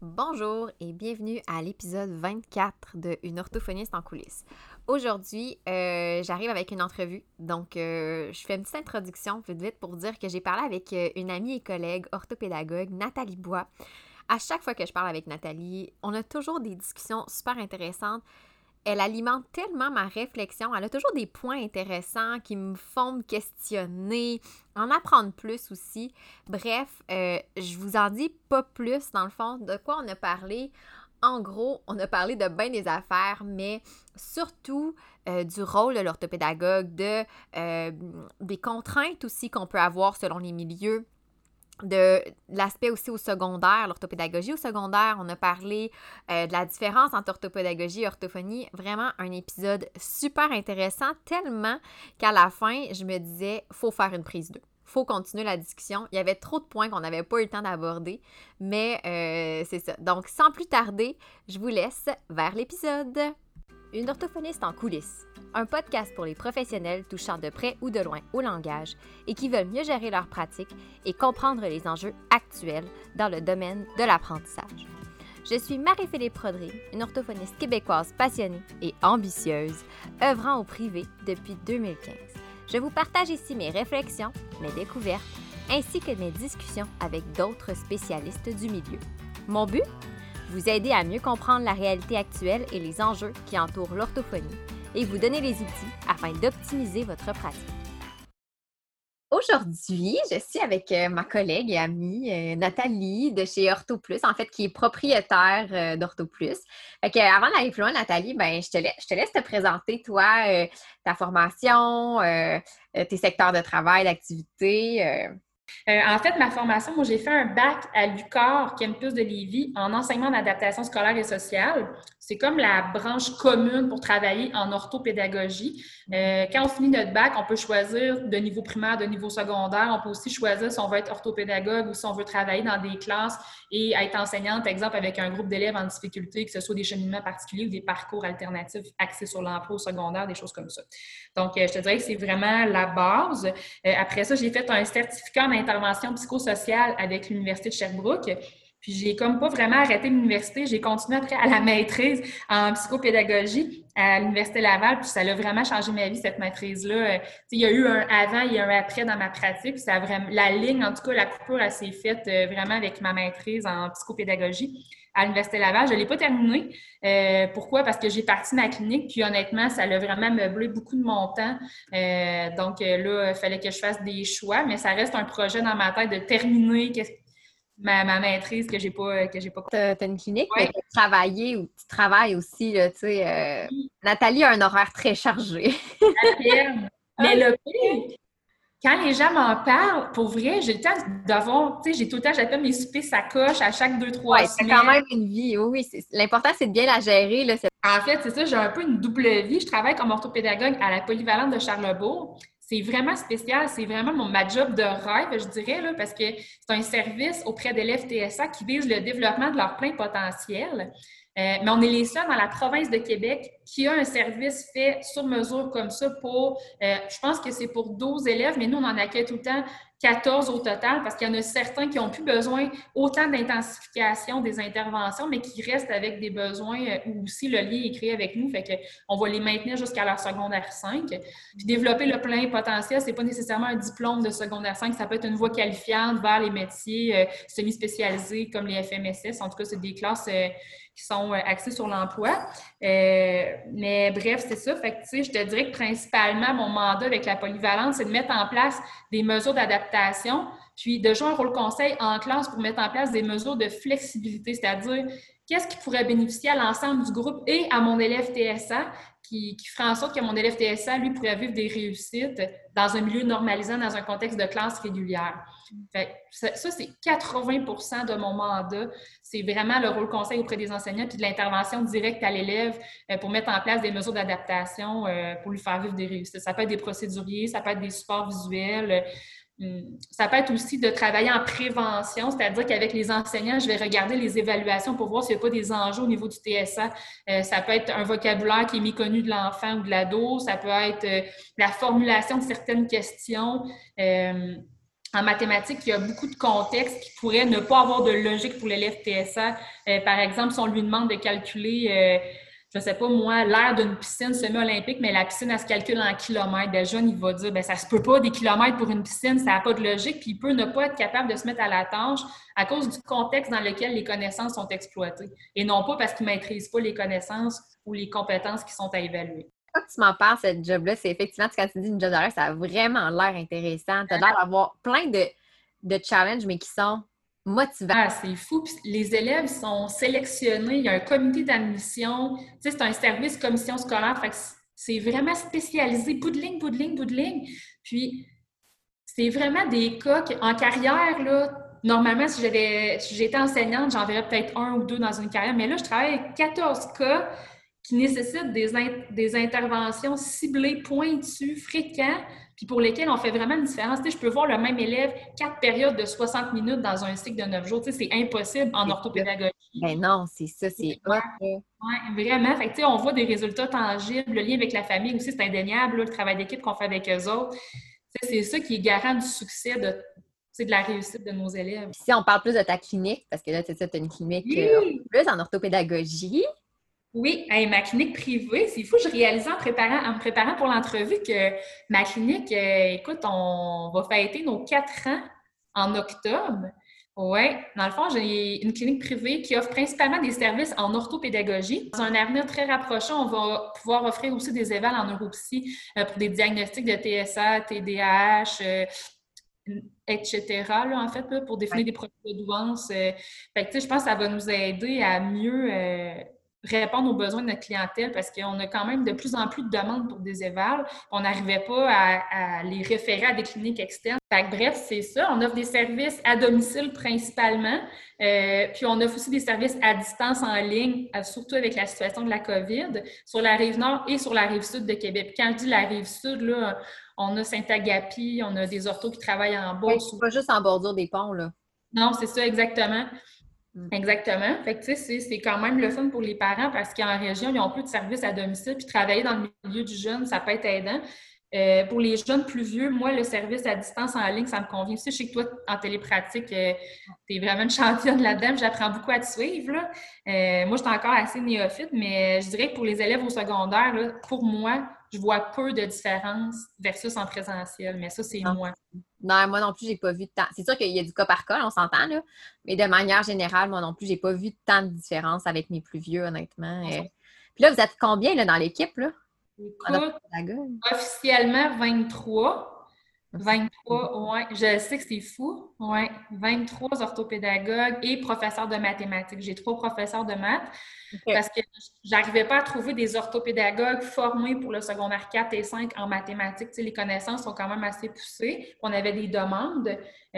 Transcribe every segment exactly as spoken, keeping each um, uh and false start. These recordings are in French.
Bonjour et bienvenue à l'épisode vingt-quatre de Une orthophoniste en coulisses. Aujourd'hui, euh, j'arrive avec une entrevue, donc euh, je fais une petite introduction vite vite pour dire que j'ai parlé avec euh, une amie et collègue orthopédagogue, Nathalie Bois. À chaque fois que je parle avec Nathalie, on a toujours des discussions super intéressantes. Elle alimente tellement ma réflexion. Elle a toujours des points intéressants qui me font me questionner, en apprendre plus aussi. Bref, euh, je vous en dis pas plus dans le fond. De quoi on a parlé? En gros, on a parlé de bien des affaires, mais surtout euh, du rôle de l'orthopédagogue, de, euh, des contraintes aussi qu'on peut avoir selon les milieux. De l'aspect aussi au secondaire, l'orthopédagogie au secondaire. On a parlé euh, de la différence entre orthopédagogie et orthophonie. Vraiment un épisode super intéressant, tellement qu'à la fin, je me disais, faut faire une prise deux. Faut continuer la discussion. Il y avait trop de points qu'on n'avait pas eu le temps d'aborder, mais euh, c'est ça. Donc, sans plus tarder, je vous laisse vers l'épisode. Une orthophoniste en coulisses, un podcast pour les professionnels touchant de près ou de loin au langage et qui veulent mieux gérer leur pratique et comprendre les enjeux actuels dans le domaine de l'apprentissage. Je suis Marie-Philippe Prodry, une orthophoniste québécoise passionnée et ambitieuse, œuvrant au privé depuis deux mille quinze. Je vous partage ici mes réflexions, mes découvertes, ainsi que mes discussions avec d'autres spécialistes du milieu. Mon but? Vous aider à mieux comprendre la réalité actuelle et les enjeux qui entourent l'orthophonie et vous donner les outils afin d'optimiser votre pratique. Aujourd'hui, je suis avec euh, ma collègue et amie euh, Nathalie de chez OrthoPlus, en fait, qui est propriétaire euh, d'OrthoPlus. Fait que, avant d'aller plus loin, Nathalie, ben, je, te laisse, je te laisse te présenter, toi, euh, ta formation, euh, tes secteurs de travail, d'activité. Euh. Euh, en fait, ma formation, moi, j'ai fait un bac à l'U Q A R, Campus de Lévis, en enseignement d'adaptation scolaire et sociale. C'est comme la branche commune pour travailler en orthopédagogie. Euh, quand on finit notre bac, on peut choisir de niveau primaire, de niveau secondaire. On peut aussi choisir si on veut être orthopédagogue ou si on veut travailler dans des classes et être enseignante, exemple, avec un groupe d'élèves en difficulté, que ce soit des cheminements particuliers ou des parcours alternatifs axés sur l'emploi au secondaire, des choses comme ça. Donc, euh, je te dirais que c'est vraiment la base. Euh, après ça, j'ai fait un certificat en intervention psychosociale avec l'Université de Sherbrooke. Puis, j'ai comme pas vraiment arrêté l'université. J'ai continué après à la maîtrise en psychopédagogie à l'Université Laval. Puis, ça a vraiment changé ma vie, cette maîtrise-là. Il y a eu un avant et un après dans ma pratique. Puis, ça a vraiment, la ligne, en tout cas, la coupure, elle s'est faite vraiment avec ma maîtrise en psychopédagogie à l'Université Laval. Je ne l'ai pas terminée. Euh, pourquoi? Parce que j'ai parti ma clinique, puis honnêtement, ça a vraiment meublé beaucoup de mon temps. Euh, donc là, il fallait que je fasse des choix, mais ça reste un projet dans ma tête de terminer ma, ma maîtrise que j'ai pas que j'ai pas. Tu as une clinique, Ouais. mais tu as travaillé ou tu travailles aussi, là, tu sais. Euh, Nathalie a un horaire très chargé. Mais le pire, quand les gens m'en parlent, pour vrai, j'ai le temps d'avoir, tu sais, j'ai tout le temps, j'appelle mes soupers sacoche à chaque deux, trois ouais, semaines. C'est quand même une vie, oui, oui. L'important, c'est de bien la gérer, là. En fait, c'est ça, j'ai un peu une double vie. Je travaille comme orthopédagogue à la Polyvalente de Charlebourg. C'est vraiment spécial, c'est vraiment mon, ma job de rêve, je dirais, là, parce que c'est un service auprès d'élèves T S A qui vise le développement de leur plein potentiel. Euh, mais on est les seuls dans la province de Québec qui a un service fait sur mesure comme ça pour, euh, je pense que c'est pour douze élèves, mais nous, on en accueille tout le temps quatorze au total parce qu'il y en a certains qui n'ont plus besoin autant d'intensification des interventions, mais qui restent avec des besoins où aussi le lien est créé avec nous. Fait qu'on va les maintenir jusqu'à leur secondaire cinq. Puis développer le plein potentiel, c'est pas nécessairement un diplôme de secondaire cinq, ça peut être une voie qualifiante vers les métiers euh, semi-spécialisés comme les F M S S. En tout cas, c'est des classes euh, qui sont axées sur l'emploi. Euh, mais bref, c'est ça. Fait que, tu sais, je te dirais que principalement, mon mandat avec la polyvalente, c'est de mettre en place des mesures d'adaptation, puis de jouer un rôle conseil en classe pour mettre en place des mesures de flexibilité, c'est-à-dire qu'est-ce qui pourrait bénéficier à l'ensemble du groupe et à mon élève T S A, qui, qui ferait en sorte que mon élève T S A, lui, pourrait vivre des réussites dans un milieu normalisant, dans un contexte de classe régulière. Fait, ça, ça, c'est quatre-vingts pour cent de mon mandat. C'est vraiment le rôle conseil auprès des enseignants puis de l'intervention directe à l'élève euh, pour mettre en place des mesures d'adaptation euh, pour lui faire vivre des réussites. Ça peut être des procéduriers, ça peut être des supports visuels. Euh, ça peut être aussi de travailler en prévention, c'est-à-dire qu'avec les enseignants, je vais regarder les évaluations pour voir s'il n'y a pas des enjeux au niveau du T S A. Euh, ça peut être un vocabulaire qui est méconnu de l'enfant ou de l'ado. Ça peut être euh, la formulation de certaines questions. Euh, en mathématiques, il y a beaucoup de contextes qui pourraient ne pas avoir de logique pour l'élève T S A. Euh, par exemple, si on lui demande de calculer, euh, je ne sais pas moi, l'aire d'une piscine semi-olympique, mais la piscine, elle se calcule en kilomètres. Le jeune, il va dire, ben ça se peut pas des kilomètres pour une piscine, ça n'a pas de logique, puis il peut ne pas être capable de se mettre à la tâche à cause du contexte dans lequel les connaissances sont exploitées, et non pas parce qu'il ne maîtrise pas les connaissances ou les compétences qui sont à évaluer. Quand tu m'en parles, cette job-là, c'est effectivement, quand tu dis une job de rêve, ça a vraiment l'air intéressant. Tu as l'air d'avoir plein de, de challenges, mais qui sont motivants. Ah, c'est fou. Puis les élèves sont sélectionnés. Il y a un comité d'admission. Tu sais, c'est un service commission scolaire. Fait que c'est vraiment spécialisé. Bout de ligne, bout de ligne, bout de ligne. Puis, c'est vraiment des cas en carrière, là. Normalement, si j'avais, si j'étais enseignante, j'en verrais peut-être un ou deux dans une carrière. Mais là, je travaille avec quatorze cas qui nécessitent des, in- des interventions ciblées, pointues, fréquentes, puis pour lesquelles on fait vraiment une différence. Tu sais, je peux voir le même élève quatre périodes de soixante minutes dans un cycle de neuf jours. Tu sais, c'est impossible en C'est orthopédagogie. Ben non, c'est ça, c'est hot. Ouais, vraiment. Fait que, tu sais, on voit des résultats tangibles. Le lien avec la famille aussi, c'est indéniable, là, le travail d'équipe qu'on fait avec eux autres. Tu sais, c'est ça qui est garant du succès de, tu sais, de la réussite de nos élèves. Puis si on parle plus de ta clinique, parce que là, c'est ça, tu as une clinique Oui. euh, plus en orthopédagogie. Oui, hey, ma clinique privée, c'est fou, je réalisais en préparant, en me préparant pour l'entrevue que ma clinique, euh, écoute, on va fêter nos quatre ans en octobre. Oui, dans le fond, j'ai une clinique privée qui offre principalement des services en orthopédagogie. Dans un avenir très rapproché, on va pouvoir offrir aussi des évals en neuropsy euh, pour des diagnostics de T S A, T D A H, euh, et cetera, là, en fait, là, pour définir Ouais. des produits de douance. Euh, fait que, tu sais, je pense que ça va nous aider à mieux euh, répondre aux besoins de notre clientèle parce qu'on a quand même de plus en plus de demandes pour des évals. On n'arrivait pas à, à les référer à des cliniques externes. Fait que, bref, c'est ça. On offre des services à domicile principalement. Euh, puis on offre aussi des services à distance en ligne, euh, surtout avec la situation de la COVID, sur la rive nord et sur la rive sud de Québec. Puis quand je dis la rive sud, là, on a Saint-Agapi, on a des orthos qui travaillent en bas. Ouais, c'est pas juste en bordure des ponts, là. Non, c'est ça, exactement. Mm. Exactement. Fait que, tu sais, c'est, c'est quand même le fun pour les parents parce qu'en région, ils ont plus de services à domicile, puis travailler dans le milieu du jeune, ça peut être aidant. Euh, pour les jeunes plus vieux, moi, le service à distance en ligne, ça me convient aussi. Je sais que toi, en télépratique, euh, tu es vraiment une championne là-dedans. J'apprends beaucoup à te suivre, là. Euh, moi, je suis encore assez néophyte, mais je dirais que pour les élèves au secondaire, là, pour moi, je vois peu de différence versus en présentiel. Mais ça, c'est Non. moi. Non, moi non plus, j'ai pas vu de temps. C'est sûr qu'il y a du cas par cas, on s'entend, là. Mais de manière générale, moi non plus, j'ai pas vu tant de différence avec mes plus vieux, honnêtement. Euh, Puis là, vous êtes combien là, dans l'équipe, là? En Écoute, orthopédagogue? officiellement vingt-trois. vingt-trois, ouais. Je sais que c'est fou. Ouais. vingt-trois orthopédagogues et professeurs de mathématiques. J'ai trois professeurs de maths OK. parce que j'arrivais pas à trouver des orthopédagogues formés pour le secondaire quatre et cinq en mathématiques. Tu sais, les connaissances sont quand même assez poussées. On avait des demandes.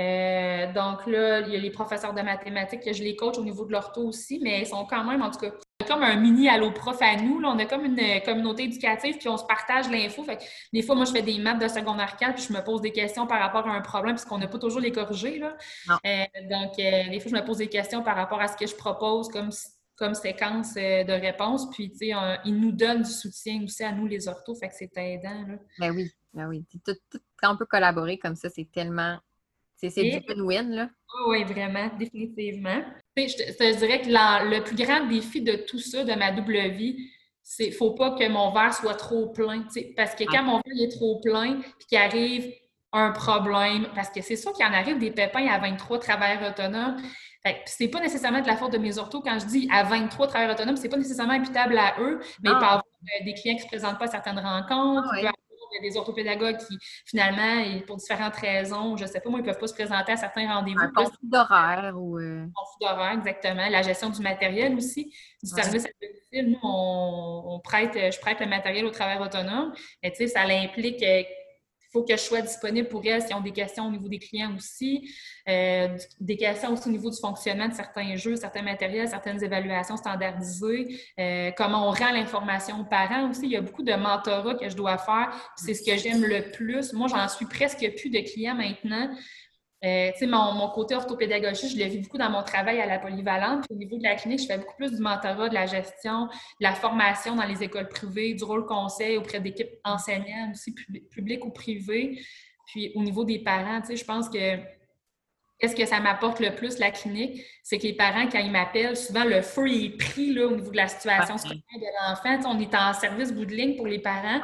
Euh, donc là, il y a les professeurs de mathématiques que je les coach au niveau de l'ortho aussi, mais ils sont quand même, en tout cas, comme un mini allo-prof à nous. Là. On a comme une communauté éducative, puis on se partage l'info. Fait que des fois, moi, je fais des maths de secondaire quatre, puis je me pose des questions par rapport à un problème, puisqu'on n'a pas toujours les corriger. Là. Euh, donc, euh, des fois, je me pose des questions par rapport à ce que je propose comme, comme séquence euh, de réponses. Puis, tu sais, euh, ils nous donnent du soutien aussi à nous, les orthos. Fait que c'est aidant. Là. Ben oui, ben oui. Tout, tout, quand on peut collaborer comme ça, c'est tellement. C'est, c'est Et, du win-win, là. oh, oui, vraiment, définitivement. Je te, je te dirais que la, le plus grand défi de tout ça, de ma double vie, c'est qu'il ne faut pas que mon verre soit trop plein. T'sais, parce que quand mon verre est trop plein, puis qu'il arrive un problème, parce que c'est sûr qu'il en arrive des pépins à vingt-trois travailleurs autonomes. Fait que c'est pas nécessairement de la faute de mes orthos. Quand je dis à vingt-trois travailleurs autonomes, c'est pas nécessairement imputable à eux, mais il peut y avoir euh, des clients qui ne se présentent pas à certaines rencontres, Ah, il peut y avoir des orthopédagogues qui, finalement, pour différentes raisons, je ne sais pas, moi, ils ne peuvent pas se présenter à certains rendez-vous. un conflit d'horaire ou. Euh... Conflit d'horaire, exactement. La gestion du matériel aussi, du Ouais. service à domicile. Nous, on, on prête, je prête le matériel au travail autonome, mais tu sais, ça implique euh, il faut que je sois disponible pour elles s'ils ont des questions au niveau des clients aussi, euh, des questions aussi au niveau du fonctionnement de certains jeux, certains matériels, certaines évaluations standardisées, euh, comment on rend l'information aux parents aussi. Il y a beaucoup de mentorat que je dois faire, puis c'est ce que j'aime le plus. Moi, j'en suis presque plus de clients maintenant. Euh, tu sais, mon, mon côté orthopédagogie, je le vis beaucoup dans mon travail à la polyvalente. Puis au niveau de la clinique, je fais beaucoup plus du mentorat, de la gestion, de la formation dans les écoles privées, du rôle conseil auprès d'équipes enseignantes aussi, publiques ou privées. Puis au niveau des parents, tu sais, je pense que qu'est-ce que ça m'apporte le plus, la clinique, c'est que les parents, quand ils m'appellent, souvent le feu est pris là, au niveau de la situation scolaire de l'enfant. Tu sais, on est en service bout de ligne pour les parents.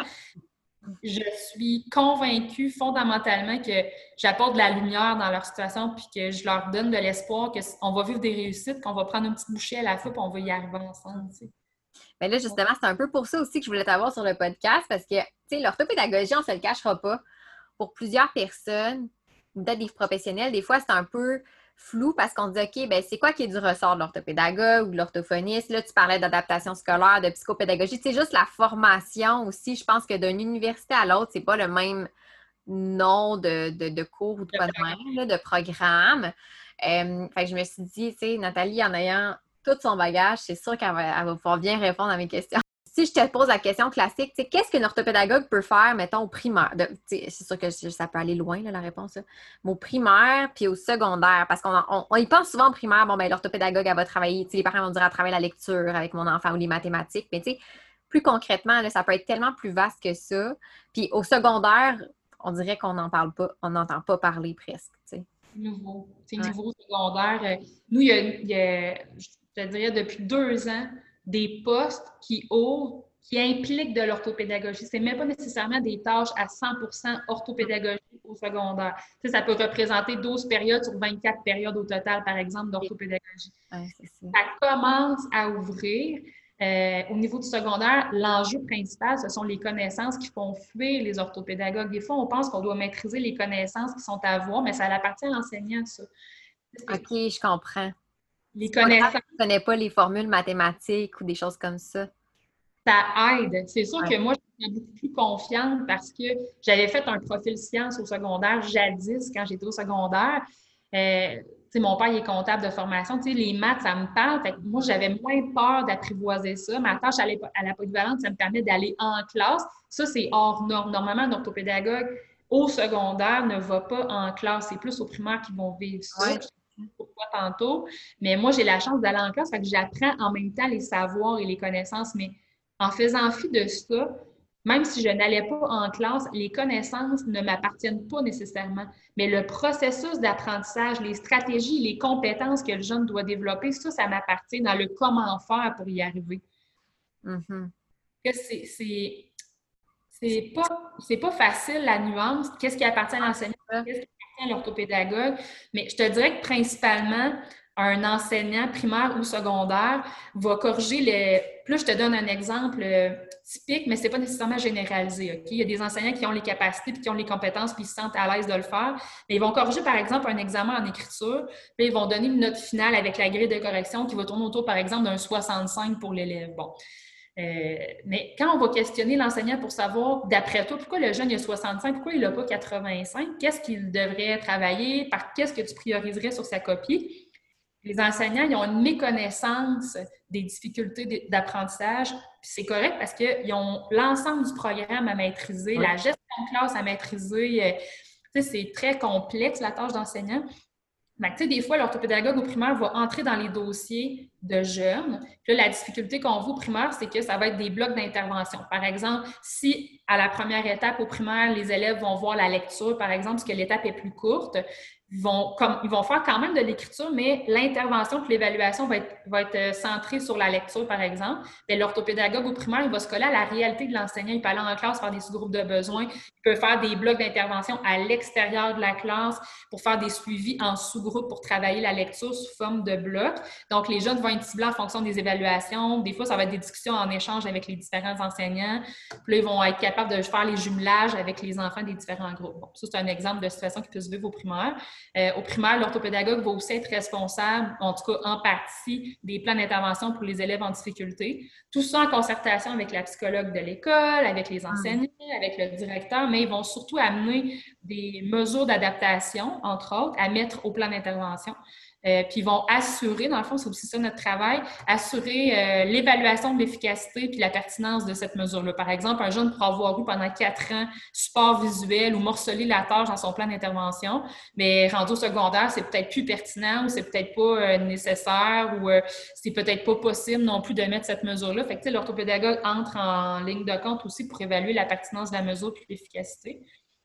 Je suis convaincue fondamentalement que j'apporte de la lumière dans leur situation puis que je leur donne de l'espoir qu'on va vivre des réussites, qu'on va prendre une petite bouchée à la fois puis on va y arriver ensemble. Tu sais. Mais là, justement, c'est un peu pour ça aussi que je voulais t'avoir sur le podcast parce que, tu sais, l'orthopédagogie, on ne se le cachera pas. Pour plusieurs personnes, peut-être des professionnels, des fois, c'est un peu flou parce qu'on dit, OK, ben c'est quoi qui est du ressort de l'orthopédagogue ou de l'orthophoniste? Là, tu parlais d'adaptation scolaire, de psychopédagogie. C'est juste la formation aussi. Je pense que d'une université à l'autre, c'est pas le même nom de, de, de cours ou de quoi de même, là, de programme. Euh, fait que je me suis dit, tu sais, Nathalie, en ayant tout son bagage, c'est sûr qu'elle va, elle va pouvoir bien répondre à mes questions. Si je te pose la question classique, tu sais, qu'est-ce qu'un orthopédagogue peut faire, mettons, au primaire? De, c'est sûr que ça peut aller loin, là, la réponse. Là. Mais au primaire puis au secondaire, parce qu'on on, on y pense souvent au primaire, bon, ben l'orthopédagogue, elle va travailler, tu sais, les parents vont dire, elle travaille la lecture avec mon enfant ou les mathématiques. Mais tu sais, plus concrètement, là, ça peut être tellement plus vaste que ça. Puis au secondaire, on dirait qu'on n'en parle pas, on n'entend pas parler presque, tu sais. C'est nouveau. C'est ouais. Niveau secondaire. Nous, il y, a, il y a, je te dirais, depuis deux ans, des postes qui ouvrent, qui impliquent de l'orthopédagogie. C'est même pas nécessairement des tâches à cent pour cent orthopédagogie au secondaire. Tu sais, ça peut représenter douze périodes sur vingt-quatre périodes au total, par exemple, d'orthopédagogie. Ouais, c'est ça. Ça commence à ouvrir. Euh, au niveau du secondaire, l'enjeu principal, ce sont les connaissances qui font fuir les orthopédagogues. Des fois, on pense qu'on doit maîtriser les connaissances qui sont à avoir, mais ça appartient à l'enseignant, ça. OK, je comprends. Les connaissances... Je ne connais pas les formules mathématiques ou des choses comme ça. Ça aide. C'est sûr ouais. que moi, je suis beaucoup plus confiante parce que j'avais fait un profil sciences au secondaire jadis, quand j'étais au secondaire. Euh, mon père il est comptable de formation. Les maths, ça me parle. Fait que moi, j'avais moins peur d'apprivoiser ça. Ma tâche à la polyvalente, ça me permet d'aller en classe. Ça, c'est hors norme. Normalement, un orthopédagogue au secondaire ne va pas en classe. C'est plus aux primaires qui vont vivre ça. Ouais. Je sais pourquoi tantôt. Mais moi, j'ai la chance d'aller en classe. Fait que j'apprends en même temps les savoirs et les connaissances. Mais en faisant fi de ça, même si je n'allais pas en classe, les connaissances ne m'appartiennent pas nécessairement. Mais le processus d'apprentissage, les stratégies, les compétences que le jeune doit développer, ça, ça m'appartient dans le comment faire pour y arriver. Mm-hmm. C'est, c'est, c'est, pas, c'est pas facile, la nuance. Qu'est-ce qui appartient à l'enseignant? Qu'est-ce qui appartient à l'orthopédagogue? Mais je te dirais que principalement, un enseignant primaire ou secondaire va corriger les... Plus je te donne un exemple typique, mais ce n'est pas nécessairement généralisé. Okay? Il y a des enseignants qui ont les capacités puis qui ont les compétences puis ils se sentent à l'aise de le faire. Mais ils vont corriger, par exemple, un examen en écriture, puis ils vont donner une note finale avec la grille de correction qui va tourner autour, par exemple, d'un soixante-cinq pour l'élève. Bon. Euh, mais quand on va questionner l'enseignant pour savoir, d'après toi, pourquoi le jeune il a soixante-cinq, pourquoi il n'a pas quatre-vingt-cinq, qu'est-ce qu'il devrait travailler, par qu'est-ce que tu prioriserais sur sa copie? Les enseignants, ils ont une méconnaissance des difficultés d'apprentissage, puis c'est correct parce qu'ils ont l'ensemble du programme à maîtriser, oui. La gestion de classe à maîtriser. Tu sais, c'est très complexe, la tâche d'enseignant. Mais tu sais, des fois, l'orthopédagogue au primaire va entrer dans les dossiers de jeunes. Puis là, la difficulté qu'on voit au primaire, c'est que ça va être des blocs d'intervention. Par exemple, si à la première étape au primaire, les élèves vont voir la lecture, par exemple, parce que l'étape est plus courte, Ils vont, comme, ils vont faire quand même de l'écriture, mais l'intervention et l'évaluation va être, va être centrée sur la lecture, par exemple. Mais l'orthopédagogue au primaire, il va se coller à la réalité de l'enseignant. Il peut aller en classe faire des sous-groupes de besoins. Il peut faire des blocs d'intervention à l'extérieur de la classe pour faire des suivis en sous-groupe pour travailler la lecture sous forme de blocs. Donc, les jeunes vont être ciblés en fonction des évaluations. Des fois, ça va être des discussions en échange avec les différents enseignants. Puis là, ils vont être capables de faire les jumelages avec les enfants des différents groupes. Bon, ça, c'est un exemple de situation qui peut se vivre au primaire. Euh, au primaire, l'orthopédagogue va aussi être responsable, en tout cas en partie, des plans d'intervention pour les élèves en difficulté. Tout ça en concertation avec la psychologue de l'école, avec les enseignants, avec le directeur, mais ils vont surtout amener des mesures d'adaptation, entre autres, à mettre au plan d'intervention. Euh, puis ils vont assurer, dans le fond, c'est aussi ça notre travail, assurer euh, l'évaluation de l'efficacité puis la pertinence de cette mesure-là. Par exemple, un jeune pourra avoir eu pendant quatre ans support visuel ou morceler la tâche dans son plan d'intervention, mais rendu au secondaire, c'est peut-être plus pertinent ou c'est peut-être pas euh, nécessaire ou euh, c'est peut-être pas possible non plus de mettre cette mesure-là. Fait que, tu sais, l'orthopédagogue entre en ligne de compte aussi pour évaluer la pertinence de la mesure puis l'efficacité.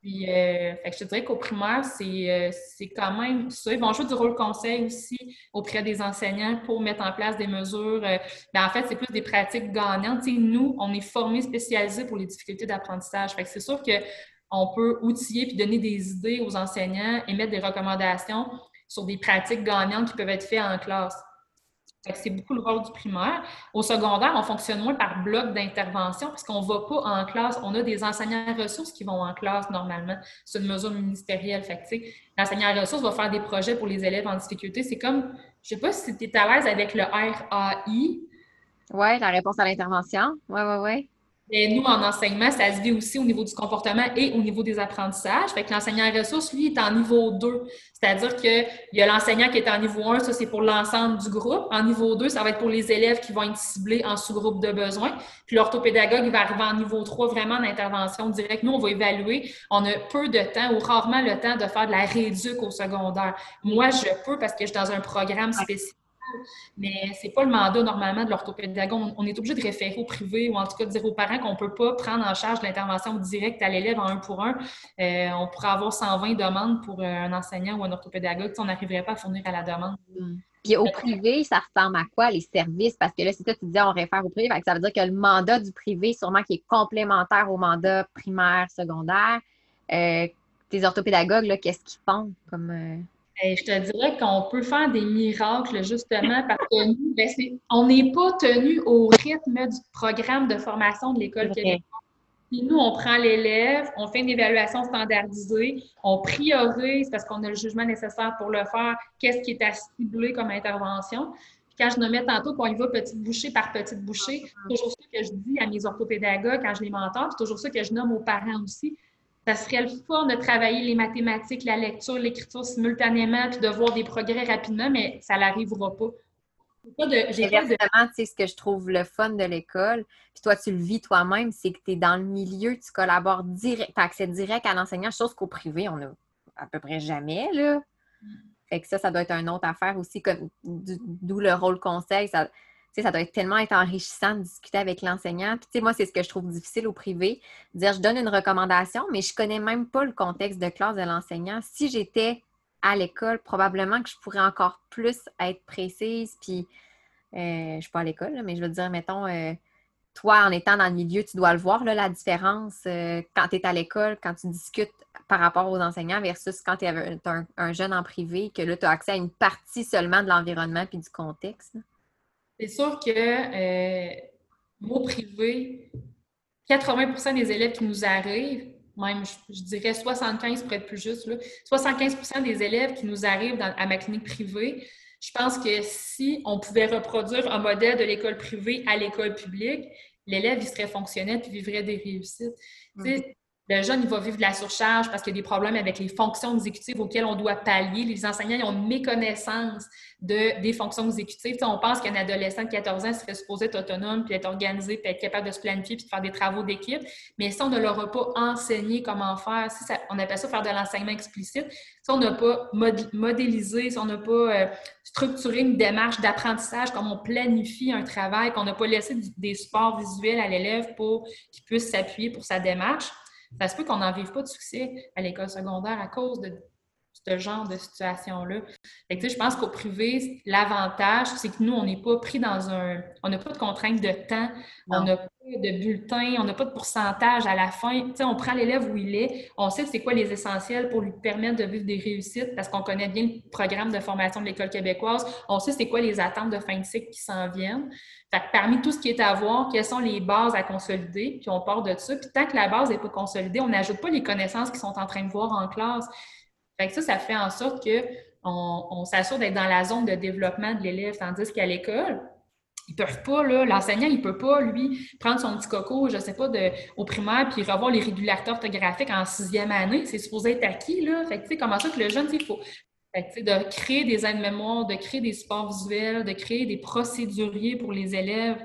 Puis, euh, fait que je te dirais qu'au primaire, c'est euh, c'est quand même ça. Ils vont jouer du rôle conseil aussi auprès des enseignants pour mettre en place des mesures. Euh, ben, en fait, c'est plus des pratiques gagnantes. Tu sais, nous, on est formés spécialisés pour les difficultés d'apprentissage. Fait que c'est sûr qu'on peut outiller puis donner des idées aux enseignants et mettre des recommandations sur des pratiques gagnantes qui peuvent être faites en classe. C'est beaucoup le rôle du primaire. Au secondaire, on fonctionne moins par bloc d'intervention parce qu'on ne va pas en classe. On a des enseignants ressources qui vont en classe normalement. C'est une mesure ministérielle. Fait que, l'enseignant ressources va faire des projets pour les élèves en difficulté. C'est comme, je ne sais pas si tu es à l'aise avec le R A I. Oui, la réponse à l'intervention. Oui, oui, oui. Et nous, en enseignement, ça se vit aussi au niveau du comportement et au niveau des apprentissages. Fait que l'enseignant ressources, lui, est en niveau deux. C'est-à-dire qu'il y a l'enseignant qui est en niveau un, ça, c'est pour l'ensemble du groupe. En niveau deux, ça va être pour les élèves qui vont être ciblés en sous-groupe de besoins. Puis l'orthopédagogue, il va arriver en niveau trois, vraiment en intervention directe. Nous, on va évaluer. On a peu de temps ou rarement le temps de faire de la rééduque au secondaire. Moi, je peux parce que je suis dans un programme spécifique. Mais c'est pas le mandat normalement de l'orthopédagogue. On, on est obligé de référer au privé ou en tout cas de dire aux parents qu'on ne peut pas prendre en charge l'intervention directe à l'élève en un pour un. Euh, on pourrait avoir cent vingt demandes pour un enseignant ou un orthopédagogue. On n'arriverait pas à fournir à la demande. Mm. Puis au privé, ça ressemble à quoi les services? Parce que là, c'est ça, tu disais, on réfère au privé. Fait que ça veut dire que le mandat du privé, sûrement qui est complémentaire au mandat primaire, secondaire. Euh, tes orthopédagogues, là, qu'est-ce qu'ils font comme. Euh... Et je te dirais qu'on peut faire des miracles, justement, parce que nous, ben on n'est pas tenu au rythme du programme de formation de l'École québécoise. Puis nous, on prend l'élève, on fait une évaluation standardisée, on priorise parce qu'on a le jugement nécessaire pour le faire, qu'est-ce qui est à cibler comme intervention. Puis quand je nommais tantôt qu'on y va petite bouchée par petite bouchée, c'est toujours ça que je dis à mes orthopédagogues quand je les mentor, c'est toujours ça que je nomme aux parents aussi. Ça serait le fun de travailler les mathématiques, la lecture, l'écriture simultanément, puis de voir des progrès rapidement, mais ça n'arrivera pas. Pas de, j'ai pas de... tu sais, ce que je trouve le fun de l'école, puis toi, tu le vis toi-même, c'est que tu es dans le milieu, tu collabores direct, tu as accès direct à l'enseignant, chose qu'au privé, on n'a à peu près jamais, là. Mm. Fait que ça, ça doit être une autre affaire aussi, comme d'où le rôle conseil. Ça, tu sais, ça doit être tellement être enrichissant de discuter avec l'enseignant. Puis, tu sais, moi, c'est ce que je trouve difficile au privé, dire, je donne une recommandation, mais je connais même pas le contexte de classe de l'enseignant. Si j'étais à l'école, probablement que je pourrais encore plus être précise. Puis, euh, je ne suis pas à l'école, là, mais je veux dire, mettons, euh, toi, en étant dans le milieu, tu dois le voir, là, la différence euh, quand tu es à l'école, quand tu discutes par rapport aux enseignants versus quand tu es un, un jeune en privé, que là, tu as accès à une partie seulement de l'environnement puis du contexte. C'est sûr que euh, au privé, quatre-vingts pour cent des élèves qui nous arrivent, même, je, je dirais soixante-quinze pour être plus juste, là, soixante-quinze pour cent des élèves qui nous arrivent dans, à ma clinique privée, je pense que si on pouvait reproduire un modèle de l'école privée à l'école publique, l'élève, il serait fonctionnel et vivrait des réussites. Mm-hmm. Le jeune, il va vivre de la surcharge parce qu'il y a des problèmes avec les fonctions exécutives auxquelles on doit pallier. Les enseignants, ils ont une méconnaissance de, des fonctions exécutives. T'sais, on pense qu'un adolescent de quatorze ans serait supposé être autonome, puis être organisé, puis être capable de se planifier, puis de faire des travaux d'équipe. Mais si on ne leur a pas enseigné comment faire, si ça, on appelle ça faire de l'enseignement explicite, si on n'a pas modélisé, si on n'a pas euh, structuré une démarche d'apprentissage, comme on planifie un travail, qu'on n'a pas laissé des supports visuels à l'élève pour qu'il puisse s'appuyer pour sa démarche, ça se peut qu'on n'en vive pas de succès à l'école secondaire à cause de ce genre de situation-là. Fait que, je pense qu'au privé, l'avantage, c'est que nous, on n'est pas pris dans un... On n'a pas de contrainte de temps, non. On n'a pas de bulletin, on n'a pas de pourcentage à la fin. T'sais, on prend l'élève où il est, on sait c'est quoi les essentiels pour lui permettre de vivre des réussites parce qu'on connaît bien le programme de formation de l'École québécoise, on sait c'est quoi les attentes de fin de cycle qui s'en viennent. Fait que parmi tout ce qui est à voir, quelles sont les bases à consolider, puis on part de ça. Puis tant que la base n'est pas consolidée, on n'ajoute pas les connaissances qu'ils sont en train de voir en classe. Fait que ça, ça fait en sorte qu'on on s'assure d'être dans la zone de développement de l'élève, tandis qu'à l'école, ils peuvent pas, là, l'enseignant, il peut pas, lui, prendre son petit coco, je sais pas, de, au primaire, puis revoir les régularités orthographiques en sixième année. C'est supposé être acquis, là. Fait que, tu sais, comment ça que le jeune, il faut... Fait que, de créer des aides-mémoires, de créer des supports visuels, de créer des procéduriers pour les élèves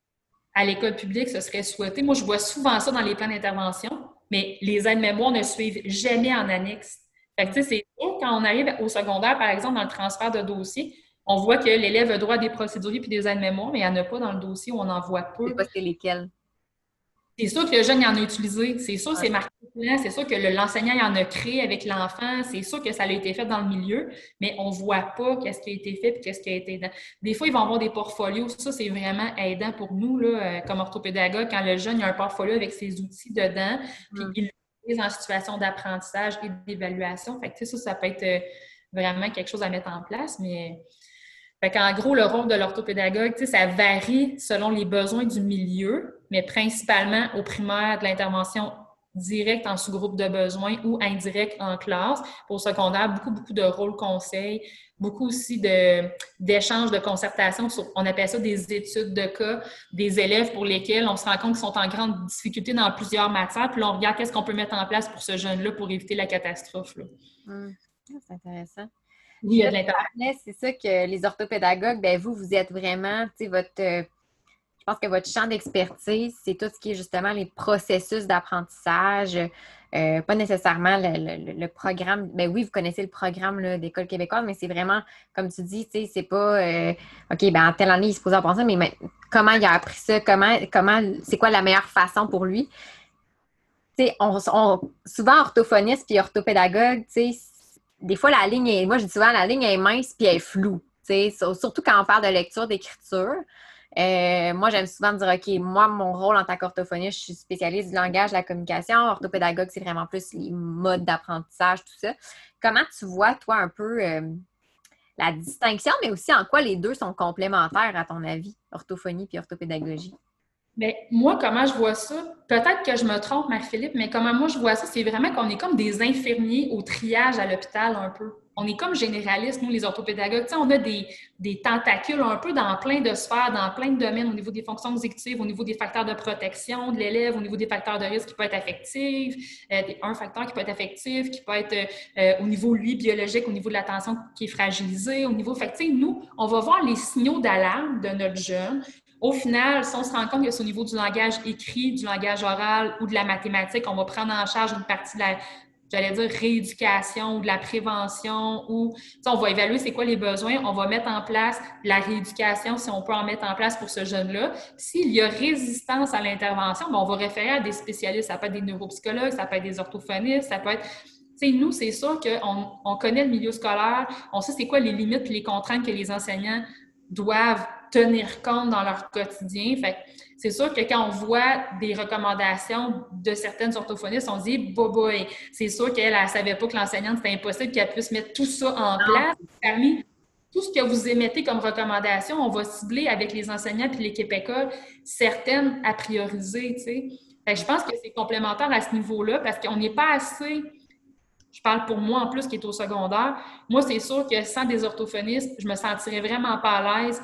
à l'école publique, ce serait souhaité. Moi, je vois souvent ça dans les plans d'intervention, mais les aides-mémoires ne suivent jamais en annexe. Fait que, tu sais, c'est sûr, quand on arrive au secondaire, par exemple, dans le transfert de dossier, on voit que l'élève a droit à des procéduriers puis des aides-mémoires, mais il n'y en a pas dans le dossier où on en voit peu. C'est pas c'est lesquels? C'est sûr que le jeune, il en a utilisé. C'est sûr que Ouais. c'est marqué plan. C'est sûr que le- l'enseignant, il en a créé avec l'enfant. C'est sûr que ça a été fait dans le milieu, mais on ne voit pas qu'est-ce qui a été fait et qu'est-ce qui a été aidant. Des fois, ils vont avoir des portfolios. Ça, c'est vraiment aidant pour nous, là, euh, comme orthopédagogue, quand le jeune il a un portfolio avec ses outils dedans, puis Mm. il l'utilise en situation d'apprentissage et d'évaluation. Fait que, tu sais, ça, ça peut être euh, vraiment quelque chose à mettre en place, mais fait qu'en gros, le rôle de l'orthopédagogue, tu sais, ça varie selon les besoins du milieu, mais principalement au primaire, de l'intervention directe en sous-groupe de besoins ou indirecte en classe. Pour le secondaire, beaucoup, beaucoup de rôles conseils, beaucoup aussi de, d'échanges, de concertation. Sur, on appelle ça des études de cas, des élèves pour lesquels on se rend compte qu'ils sont en grande difficulté dans plusieurs matières, puis là, on regarde qu'est-ce qu'on peut mettre en place pour ce jeune-là pour éviter la catastrophe, là. Mm. Ah, c'est intéressant. Oui, il Puis y a là, de tu l'interaction. parlais, c'est ça que les orthopédagogues, ben vous, vous êtes vraiment, tu sais, votre, euh, je pense que votre champ d'expertise, c'est tout ce qui est justement les processus d'apprentissage, euh, pas nécessairement le, le- le programme. Ben oui, vous connaissez le programme là, d'École québécoise, mais c'est vraiment, comme tu dis, tu sais, c'est pas, euh, OK, ben en telle année, il se pose apprendre ça, mais, mais comment il a appris ça, comment, comment, c'est quoi la meilleure façon pour lui? Tu sais, on, on- souvent orthophoniste puis orthopédagogue, tu sais, des fois la ligne est, moi je dis souvent la ligne est mince puis elle est floue. Tu sais, surtout quand on parle de lecture, d'écriture. Euh, moi, j'aime souvent dire, OK, moi, mon rôle en tant qu'orthophoniste, je suis spécialiste du langage, de la communication. Orthopédagogue, c'est vraiment plus les modes d'apprentissage, tout ça. Comment tu vois, toi, un peu euh, la distinction, mais aussi en quoi les deux sont complémentaires, à ton avis, orthophonie puis orthopédagogie? Mais moi, comment je vois ça, peut-être que je me trompe, Marie-Philippe, mais comment moi je vois ça, c'est vraiment qu'on est comme des infirmiers au triage à l'hôpital un peu. On est comme généralistes, nous, les orthopédagogues. Tu sais, on a des, des tentacules un peu dans plein de sphères, dans plein de domaines, au niveau des fonctions exécutives, au niveau des facteurs de protection de l'élève, au niveau des facteurs de risque qui peut être affectif, euh, un facteur qui peut être affectif, qui peut être euh, au niveau, lui, biologique, au niveau de l'attention qui est fragilisée, au niveau... Fait que, tu sais, nous, on va voir les signaux d'alarme de notre jeune. Au final, si on se rend compte que c'est au niveau du langage écrit, du langage oral ou de la mathématique, on va prendre en charge une partie de la, j'allais dire, rééducation ou de la prévention ou, on va évaluer c'est quoi les besoins, on va mettre en place la rééducation si on peut en mettre en place pour ce jeune-là. S'il y a résistance à l'intervention, bien, on va référer à des spécialistes. Ça peut être des neuropsychologues, ça peut être des orthophonistes, ça peut être... Tu sais, nous, c'est sûr qu'on on connaît le milieu scolaire, on sait c'est quoi les limites et les contraintes que les enseignants doivent tenir compte dans leur quotidien. Fait que c'est sûr que quand on voit des recommandations de certaines orthophonistes, on se dit, boy, boy, c'est sûr qu'elle ne savait pas que l'enseignante, c'était impossible qu'elle puisse mettre tout ça en Non. place. Parmi tout ce que vous émettez comme recommandation, on va cibler avec les enseignants et l'équipe école certaines à prioriser, tu sais. Fait que je pense que c'est complémentaire à ce niveau-là parce qu'on n'est pas assez... Je parle pour moi en plus qui est au secondaire. Moi, c'est sûr que sans des orthophonistes, je me sentirais vraiment pas à l'aise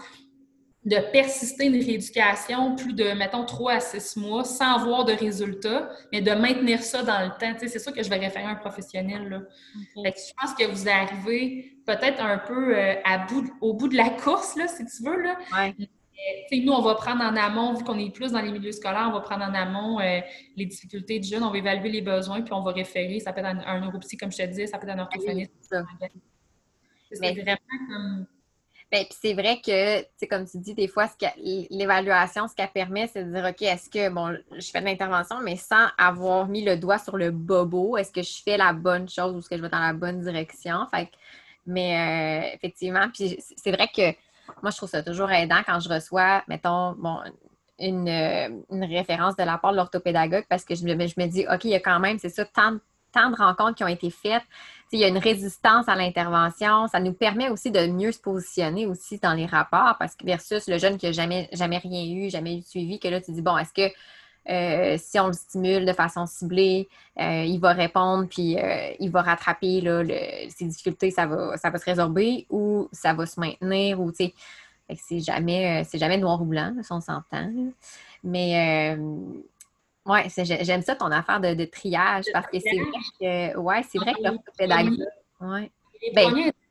de persister une rééducation plus de, mettons, trois à six mois sans avoir de résultats, mais de maintenir ça dans le temps. Tu sais, c'est sûr que je vais référer à un professionnel, là. OK. Fait que je pense que vous arrivez peut-être un peu euh, à bout, au bout de la course, là, si tu veux, là. Ouais. Mais, nous, on va prendre en amont, vu qu'on est plus dans les milieux scolaires, on va prendre en amont euh, les difficultés du jeune, on va évaluer les besoins, puis on va référer. Ça peut être un, un neuropsy, comme je te disais, ça peut être un Ah oui, orthophoniste. c'est ça. C'est Mais vraiment comme... ben, puis c'est vrai que, tu sais, comme tu dis, des fois, ce que- l'évaluation, ce qu'elle permet, c'est de dire, OK, est-ce que, bon, je fais de l'intervention, mais sans avoir mis le doigt sur le bobo, est-ce que je fais la bonne chose ou est-ce que je vais dans la bonne direction? Fait que, mais euh, effectivement, puis c'est c'est vrai que moi, je trouve ça toujours aidant quand je reçois, mettons, bon, une, euh, une référence de la part de l'orthopédagogue parce que je me, je me dis, OK, il y a quand même, c'est ça, tant, de- tant de rencontres qui ont été faites. Tu sais, il y a une résistance à l'intervention. Ça nous permet aussi de mieux se positionner aussi dans les rapports parce que versus le jeune qui n'a jamais, jamais rien eu, jamais eu de suivi, que là, tu dis, bon, est-ce que euh, si on le stimule de façon ciblée, euh, il va répondre puis euh, il va rattraper là, le- ses difficultés, ça va, ça va se résorber ou ça va se maintenir ou tu sais, fait que c'est jamais, euh, c'est jamais noir ou blanc, là, si on s'entend, là. Mais euh, ouais, c'est- j'ai- j'aime ça ton affaire de, de triage parce que c'est vrai que ouais, c'est vrai que Les l'orthopédagogue, premiers, ouais. les Ben, premiers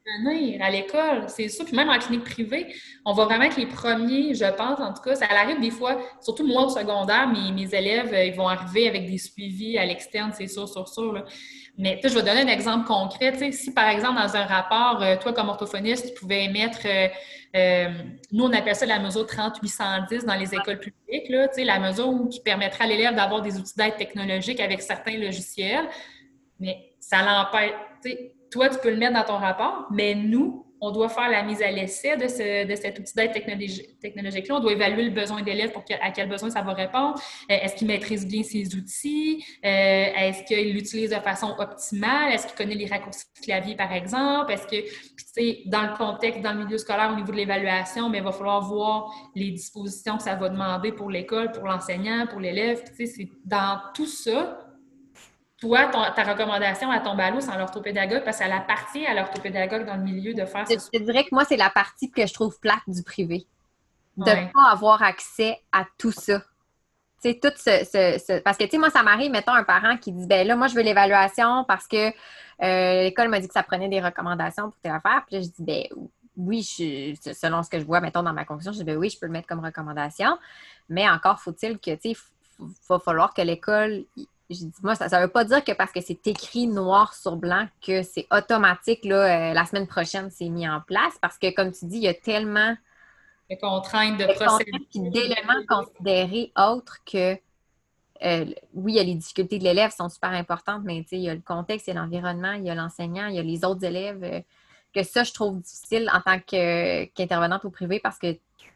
venir à l'école, c'est sûr. Puis même en clinique privée, on va vraiment être les premiers, je pense, en tout cas. Ça arrive des fois, surtout moi au secondaire, mes, mes élèves, euh, ils vont arriver avec des suivis à l'externe, c'est sûr, sûr, sûr. Là. Mais tu sais, je vais donner un exemple concret. Tu sais, si par exemple, dans un rapport, euh, toi, comme orthophoniste, tu pouvais émettre, euh, euh, nous, on appelle ça la mesure trente huit cent dix dans les écoles publiques, là, tu sais, la mesure où, qui permettra à l'élève d'avoir des outils d'aide technologique avec certains logiciels. Mais ça l'empêche. Tu sais, toi, tu peux le mettre dans ton rapport, mais nous, on doit faire la mise à l'essai de, ce, de cet outil d'aide technologi- technologique-là. On doit évaluer le besoin d'élève pour que, à quel besoin ça va répondre. Euh, est-ce qu'il maîtrise bien ses outils? Euh, est-ce qu'il l'utilise de façon optimale? Est-ce qu'il connaît les raccourcis de clavier, par exemple? Est-ce que, puis, tu sais, dans le contexte, dans le milieu scolaire, au niveau de l'évaluation, mais il va falloir voir les dispositions que ça va demander pour l'école, pour l'enseignant, pour l'élève. Tu sais, c'est dans tout ça. Toi, ton, ta recommandation à ton ballot, c'est à l'orthopédagogue parce qu'elle appartient à l'orthopédagogue dans le milieu de faire Je ce te dirais que moi, c'est la partie que je trouve plate du privé. De ne ouais. pas avoir accès à tout ça. Tu sais, tout ce, ce, ce- Parce que, tu sais, moi, ça m'arrive, mettons, un parent qui dit, ben là, moi, je veux l'évaluation parce que euh, l'école m'a dit que ça prenait des recommandations pour telle affaire. Puis là, je dis, ben oui, je, selon ce que je vois, mettons, dans ma conclusion, je dis, ben oui, je peux le mettre comme recommandation. Mais encore faut-il que, tu sais, il va falloir que l'école. Je dis, moi, ça ne veut pas dire que parce que c'est écrit noir sur blanc que c'est automatique, là, euh, la semaine prochaine, c'est mis en place. Parce que, comme tu dis, il y a tellement De contraintes, de de procédures. contraintes et d'éléments considérés autres que euh, oui, il y a les difficultés de l'élève sont super importantes, mais il y a le contexte, il y a l'environnement, il y a l'enseignant, il y a les autres élèves. Euh, que ça, je trouve difficile en tant que, qu'intervenante au privé parce que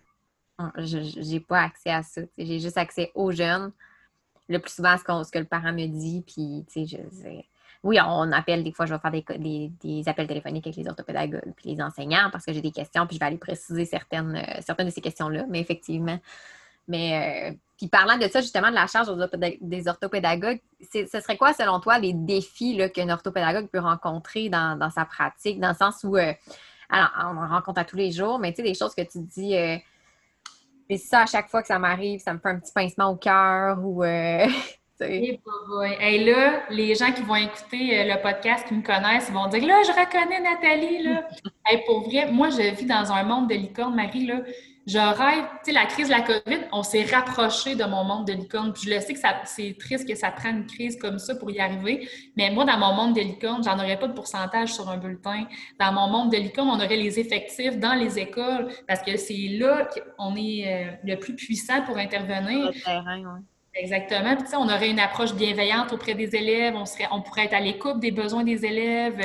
je n'ai pas accès à ça. J'ai juste accès aux jeunes. Le plus souvent, ce, qu'on, ce que le parent me dit, puis, tu sais, je, oui, on appelle, des fois, je vais faire des, des, des, appels téléphoniques avec les orthopédagogues puis les enseignants parce que j'ai des questions, puis je vais aller préciser certaines, euh, certaines de ces questions-là. Mais effectivement, mais euh, puis parlant de ça, justement, de la charge des orthopédagogues, ce serait quoi, selon toi, les défis là, qu'un orthopédagogue peut rencontrer dans, dans sa pratique, dans le sens où, euh, alors, on en rencontre à tous les jours, mais tu sais, des choses que tu dis, euh, c'est ça, à chaque fois que ça m'arrive, ça me fait un petit pincement au cœur ou, euh, Et hey, là, les gens qui vont écouter euh, le podcast, qui me connaissent, ils vont dire, là, je reconnais Nathalie, là. Hey, pour vrai, moi, je vis dans un monde de licorne, Marie, là. Je rêve, tu sais, la crise de la COVID, on s'est rapproché de mon monde de licorne. Puis je le sais que ça, c'est triste que ça prenne une crise comme ça pour y arriver. Mais moi, dans mon monde de licorne, j'en aurais pas de pourcentage sur un bulletin. Dans mon monde de licorne, on aurait les effectifs dans les écoles parce que c'est là qu'on est euh, le plus puissant pour intervenir. le terrain, oui. Exactement. Puis, tu sais, on aurait une approche bienveillante auprès des élèves, on, serait, on pourrait être à l'écoute des besoins des élèves.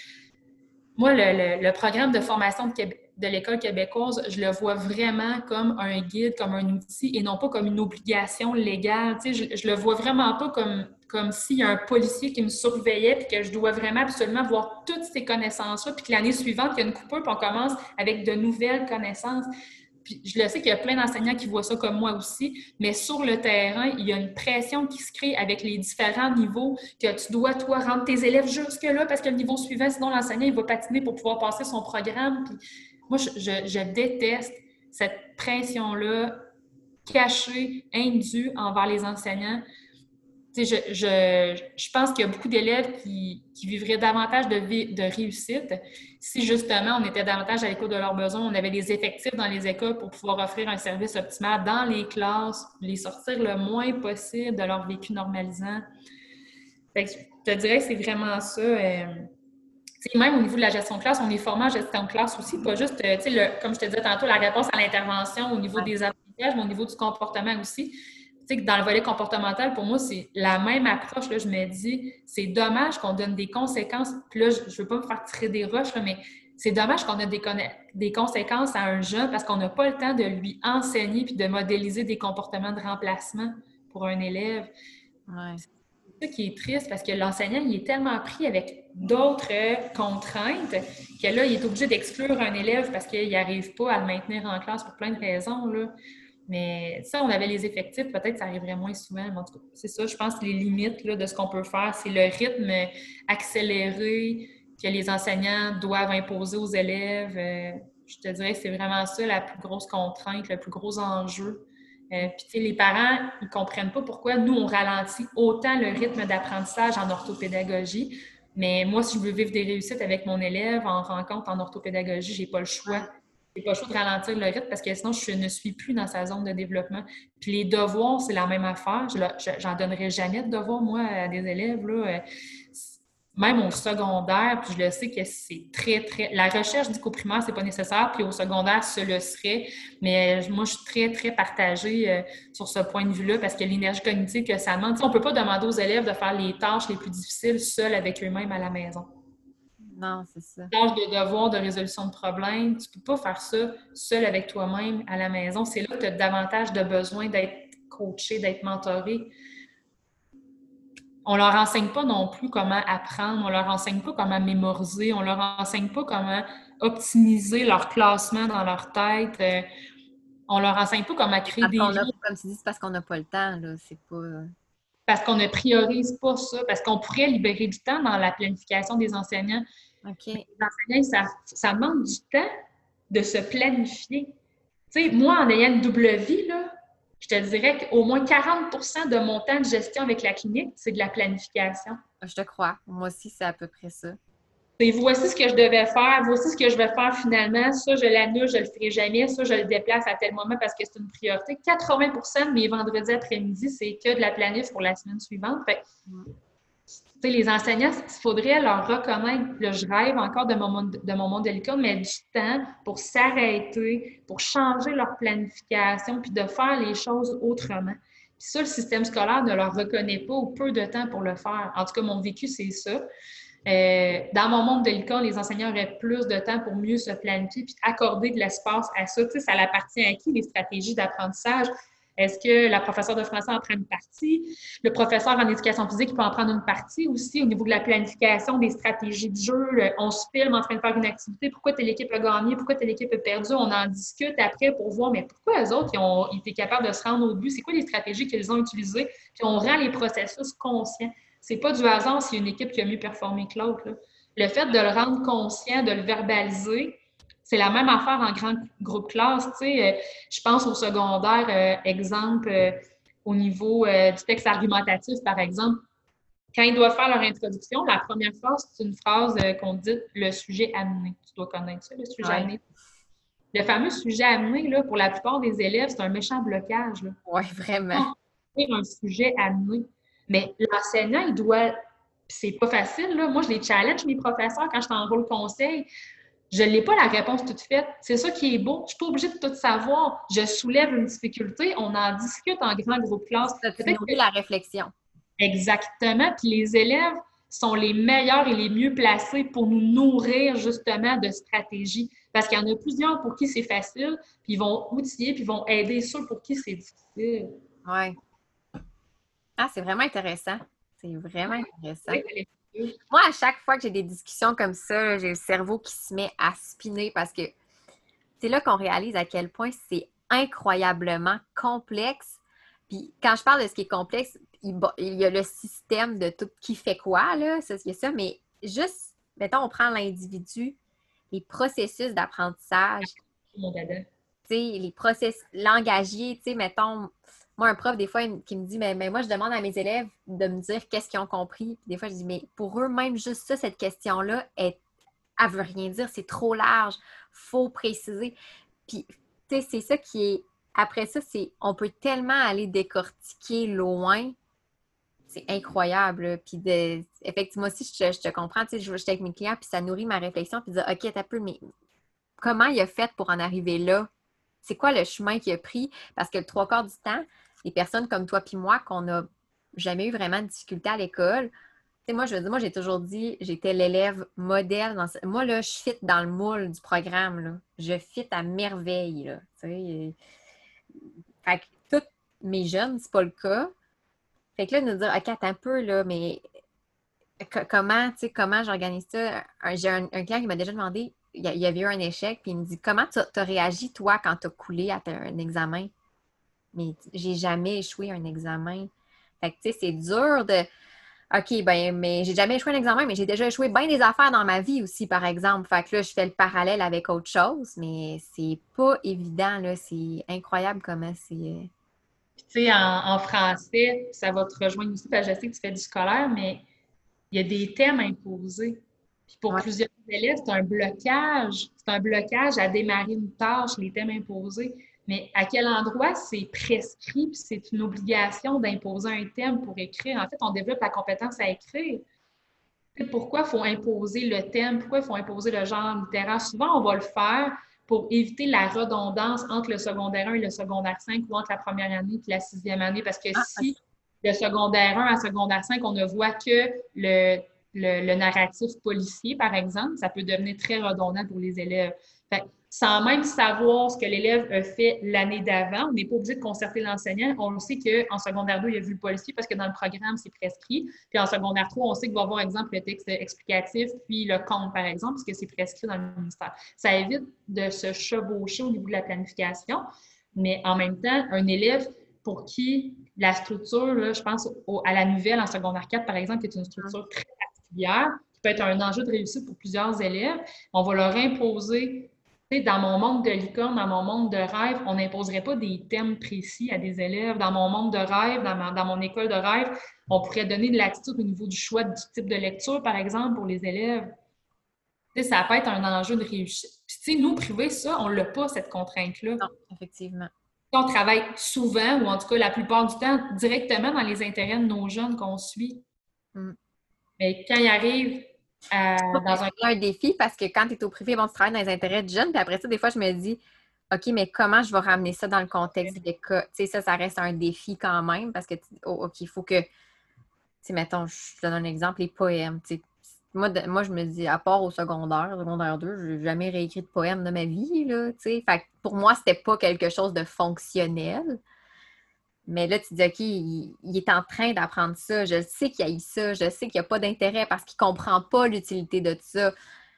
Moi, le, le, le programme de formation de, Québec, de l'École québécoise, je le vois vraiment comme un guide, comme un outil et non pas comme une obligation légale. Tu sais, je, je le vois vraiment pas comme, comme s'il y a un policier qui me surveillait puis que je dois vraiment absolument voir toutes ces connaissances-là puis que l'année suivante, il y a une coupure puis on commence avec de nouvelles connaissances. Puis je le sais qu'il y a plein d'enseignants qui voient ça comme moi aussi, mais sur le terrain, il y a une pression qui se crée avec les différents niveaux que tu dois, toi, rendre tes élèves jusque-là parce que le niveau suivant, sinon l'enseignant, il va patiner pour pouvoir passer son programme. Puis moi, je, je, je déteste cette pression-là cachée, indue envers les enseignants. Tu sais, je, je, je pense qu'il y a beaucoup d'élèves qui, qui vivraient davantage de, vie, de réussite si justement on était davantage à l'écoute de leurs besoins, on avait des effectifs dans les écoles pour pouvoir offrir un service optimal dans les classes, les sortir le moins possible de leur vécu normalisant. Fait que je te dirais que c'est vraiment ça. Euh, même au niveau de la gestion de classe, on est formé en gestion de classe aussi, pas juste, euh, le, comme je te disais tantôt, la réponse à l'intervention au niveau ouais. des apprentissages, mais au niveau du comportement aussi. Tu sais que dans le volet comportemental, pour moi, c'est la même approche. Là, je me dis, c'est dommage qu'on donne des conséquences. Puis là, je ne veux pas me faire tirer des roches, là, mais c'est dommage qu'on ait des, des conséquences à un jeune parce qu'on n'a pas le temps de lui enseigner puis de modéliser des comportements de remplacement pour un élève. Ouais. C'est ça qui est triste parce que l'enseignant, il est tellement pris avec d'autres contraintes que là, il est obligé d'exclure un élève parce qu'il n'arrive pas à le maintenir en classe pour plein de raisons, là. Mais ça, on avait les effectifs, peut-être ça arriverait moins souvent. Mais en tout cas, c'est ça, je pense que les limites là, de ce qu'on peut faire, c'est le rythme accéléré que les enseignants doivent imposer aux élèves. Euh, je te dirais que c'est vraiment ça la plus grosse contrainte, le plus gros enjeu. Euh, Puis, tu sais, les parents, ils ne comprennent pas pourquoi nous, on ralentit autant le rythme d'apprentissage en orthopédagogie. Mais moi, si je veux vivre des réussites avec mon élève en rencontre, en orthopédagogie, j'ai pas le choix. Ouais. J'ai pas le choix de ralentir le rythme parce que sinon, je ne suis plus dans sa zone de développement. Puis les devoirs, c'est la même affaire. Je, je- j'en donnerai jamais de devoirs, moi, à des élèves, là. Euh, Même au secondaire, puis je le sais que c'est très, très... La recherche dit qu'au primaire, c'est pas nécessaire, puis au secondaire, ce le serait. Mais moi, je suis très, très partagée euh, sur ce point de vue-là parce que l'énergie cognitive que ça demande, tu sais, on peut pas demander aux élèves de faire les tâches les plus difficiles seuls avec eux-mêmes à la maison. Non, c'est ça. Tâches de devoir, de résolution de problèmes, tu peux pas faire ça seul avec toi-même à la maison. C'est là que tu as davantage de besoin d'être coaché, d'être mentoré. On leur enseigne pas non plus comment apprendre, on leur enseigne pas comment mémoriser, on leur enseigne pas comment optimiser leur classement dans leur tête, euh, on leur enseigne pas comment créer Parce des qu'on a, liens comme tu dis, c'est parce qu'on n'a pas le temps, là. C'est pas. euh, parce qu'on ne priorise pas ça, parce qu'on pourrait libérer du temps dans la planification des enseignants. OK. Les enseignants, ça, ça demande du temps de se planifier. Tu sais, moi, en ayant une double vie, là, je te dirais qu'au moins quarante pour cent de mon temps de gestion avec la clinique, c'est de la planification. Je te crois. Moi aussi, c'est à peu près ça. Et voici ce que je devais faire, voici ce que je vais faire finalement, ça je l'annule, je le ferai jamais, ça je le déplace à tel moment parce que c'est une priorité. quatre-vingts pour cent de mes vendredis après-midi, c'est que de la planif pour la semaine suivante. Fait que, les enseignants, il faudrait leur reconnaître, là, je rêve encore de mon monde de, mon monde de l'école, mais du temps pour s'arrêter, pour changer leur planification, puis de faire les choses autrement. Puis ça, le système scolaire ne leur reconnaît pas ou peu de temps pour le faire. En tout cas, mon vécu, c'est ça. Euh, dans mon monde de l'école, les enseignants auraient plus de temps pour mieux se planifier puis accorder de l'espace à ça. Tu sais, ça appartient à qui, les stratégies d'apprentissage? Est-ce que la professeure de français en prend une partie? Le professeur en éducation physique peut en prendre une partie aussi au niveau de la planification, des stratégies de jeu. On se filme en train de faire une activité. Pourquoi telle équipe a gagné? Pourquoi telle équipe a perdu? On en discute après pour voir, mais pourquoi eux autres, ils ont été capables de se rendre au but? C'est quoi les stratégies qu'ils ont utilisées? Puis on rend les processus conscients. C'est pas du hasard s'il y a une équipe qui a mieux performé que l'autre. Là. Le fait de le rendre conscient, de le verbaliser, c'est la même affaire en grand groupe classe. Tu sais, euh, je pense au secondaire, euh, exemple, euh, au niveau euh, du texte argumentatif, par exemple. Quand ils doivent faire leur introduction, la première phrase, c'est une phrase euh, qu'on dit le sujet amené. Tu dois connaître ça, le sujet Ouais. amené. Le fameux sujet amené, là, pour la plupart des élèves, c'est un méchant blocage. Là. Oui, vraiment. C'est un sujet amené. Mais l'enseignant, il doit. C'est pas facile, là. Moi, je les challenge, mes professeurs, quand je suis en rôle conseil. Je n'ai pas la réponse toute faite. C'est ça qui est beau. Je ne suis pas obligée de tout savoir. Je soulève une difficulté, on en discute en grand groupe classe. Ça, tu Peut-être nourris que... la réflexion. Exactement. Puis les élèves sont les meilleurs et les mieux placés pour nous nourrir justement de stratégies. Parce qu'il y en a plusieurs pour qui c'est facile, puis ils vont outiller, puis ils vont aider ceux pour qui c'est difficile. Oui. Ah, c'est vraiment intéressant. C'est vraiment intéressant. Oui, Moi, à chaque fois que j'ai des discussions comme ça, j'ai le cerveau qui se met à spinner parce que c'est là qu'on réalise à quel point c'est incroyablement complexe. Puis quand je parle de ce qui est complexe, il, il y a le système de tout qui fait quoi, là, ça, il y a ça, mais juste, mettons, on prend l'individu, les processus d'apprentissage, mon dada. tu sais, les processus langagiers, tu sais, mettons, moi, un prof, des fois, qui me dit, mais, mais moi, je demande à mes élèves de me dire qu'est-ce qu'ils ont compris. Puis des fois, je dis, mais pour eux, même juste ça, cette question-là, elle, elle veut rien dire, c'est trop large, faut préciser. Puis, tu sais, c'est ça qui est. Après ça, c'est on peut tellement aller décortiquer loin. C'est incroyable. Là. Puis, de, effectivement, aussi, je te, je te comprends. Tu sais, je j'étais avec mes clients, puis ça nourrit ma réflexion. Puis, dire, OK, t'as peu, mais comment il a fait pour en arriver là? C'est quoi le chemin qu'il a pris? Parce que le trois quarts du temps, les personnes comme toi puis moi, qu'on n'a jamais eu vraiment de difficulté à l'école, tu sais, moi, je veux dire, moi, j'ai toujours dit, j'étais l'élève modèle. Dans ce... Moi, là, je fit dans le moule du programme, là. Je fit à merveille, là. Tu sais. Fait que tous mes jeunes, c'est pas le cas. Fait que là, de nous dire, OK, attends un peu, là, mais comment, tu sais, comment j'organise ça? Un, j'ai un, un client qui m'a déjà demandé, il y avait eu un échec, puis il me dit, comment tu as réagi, toi, quand tu as coulé à un examen? Mais j'ai jamais échoué un examen. Fait que, tu sais, c'est dur de... OK, ben, mais j'ai jamais échoué un examen, mais j'ai déjà échoué bien des affaires dans ma vie aussi, par exemple. Fait que là, je fais le parallèle avec autre chose, mais c'est pas évident, là. C'est incroyable comment c'est... Puis, tu sais, en, en français, ça va te rejoindre aussi, parce que je sais que tu fais du scolaire, mais il y a des thèmes imposés. Puis pour Ouais. plusieurs élèves, c'est un blocage. C'est un blocage à démarrer une tâche, les thèmes imposés. Mais à quel endroit c'est prescrit, puis c'est une obligation d'imposer un thème pour écrire? En fait, on développe la compétence à écrire. Pourquoi il faut imposer le thème? Pourquoi il faut imposer le genre littéraire? Souvent, on va le faire pour éviter la redondance entre le secondaire un et le secondaire cinq ou entre la première année et la sixième année. Parce que Ah, si de secondaire un à secondaire cinq, on ne voit que le, le, le narratif policier, par exemple, ça peut devenir très redondant pour les élèves. Fait, sans même savoir ce que l'élève a fait l'année d'avant, on n'est pas obligé de concerter l'enseignant. On sait qu'en secondaire deux, il a vu le policier parce que dans le programme, c'est prescrit. Puis en secondaire trois, on sait qu'il va y avoir, exemple, le texte explicatif, puis le compte, par exemple, puisque c'est prescrit dans le ministère. Ça évite de se chevaucher au niveau de la planification, mais en même temps, un élève pour qui la structure, là, je pense au, à la nouvelle en secondaire quatre, par exemple, qui est une structure très particulière, qui peut être un enjeu de réussite pour plusieurs élèves, on va leur imposer. Dans mon monde de licorne, dans mon monde de rêve, on n'imposerait pas des thèmes précis à des élèves. Dans mon monde de rêve, dans, ma, dans mon école de rêve, on pourrait donner de l'attitude au niveau du choix du type de lecture, par exemple, pour les élèves. T'sais, ça peut être un enjeu de réussite. Puis, nous, privés, ça, on n'a pas, cette contrainte-là. Non, effectivement. On travaille souvent, ou en tout cas la plupart du temps, directement dans les intérêts de nos jeunes qu'on suit. Mm. Mais quand ils arrivent à, dans un... un défi parce que quand tu es au privé, bon, tu travailles dans les intérêts de jeunes, puis après ça, des fois, je me dis, OK, mais comment je vais ramener ça dans le contexte de l'école? Tu sais, ça, ça reste un défi quand même parce que, oh, OK, il faut que, tu sais, mettons, je te donne un exemple, les poèmes, tu sais. Moi, de, moi, je me dis, à part au secondaire, secondaire deux, je n'ai jamais réécrit de poème de ma vie, là, tu sais. Fait que pour moi, c'était pas quelque chose de fonctionnel. Mais là, tu dis, OK, il, il est en train d'apprendre ça. Je sais qu'il y a ça. Je sais qu'il n'y a pas d'intérêt parce qu'il ne comprend pas l'utilité de ça.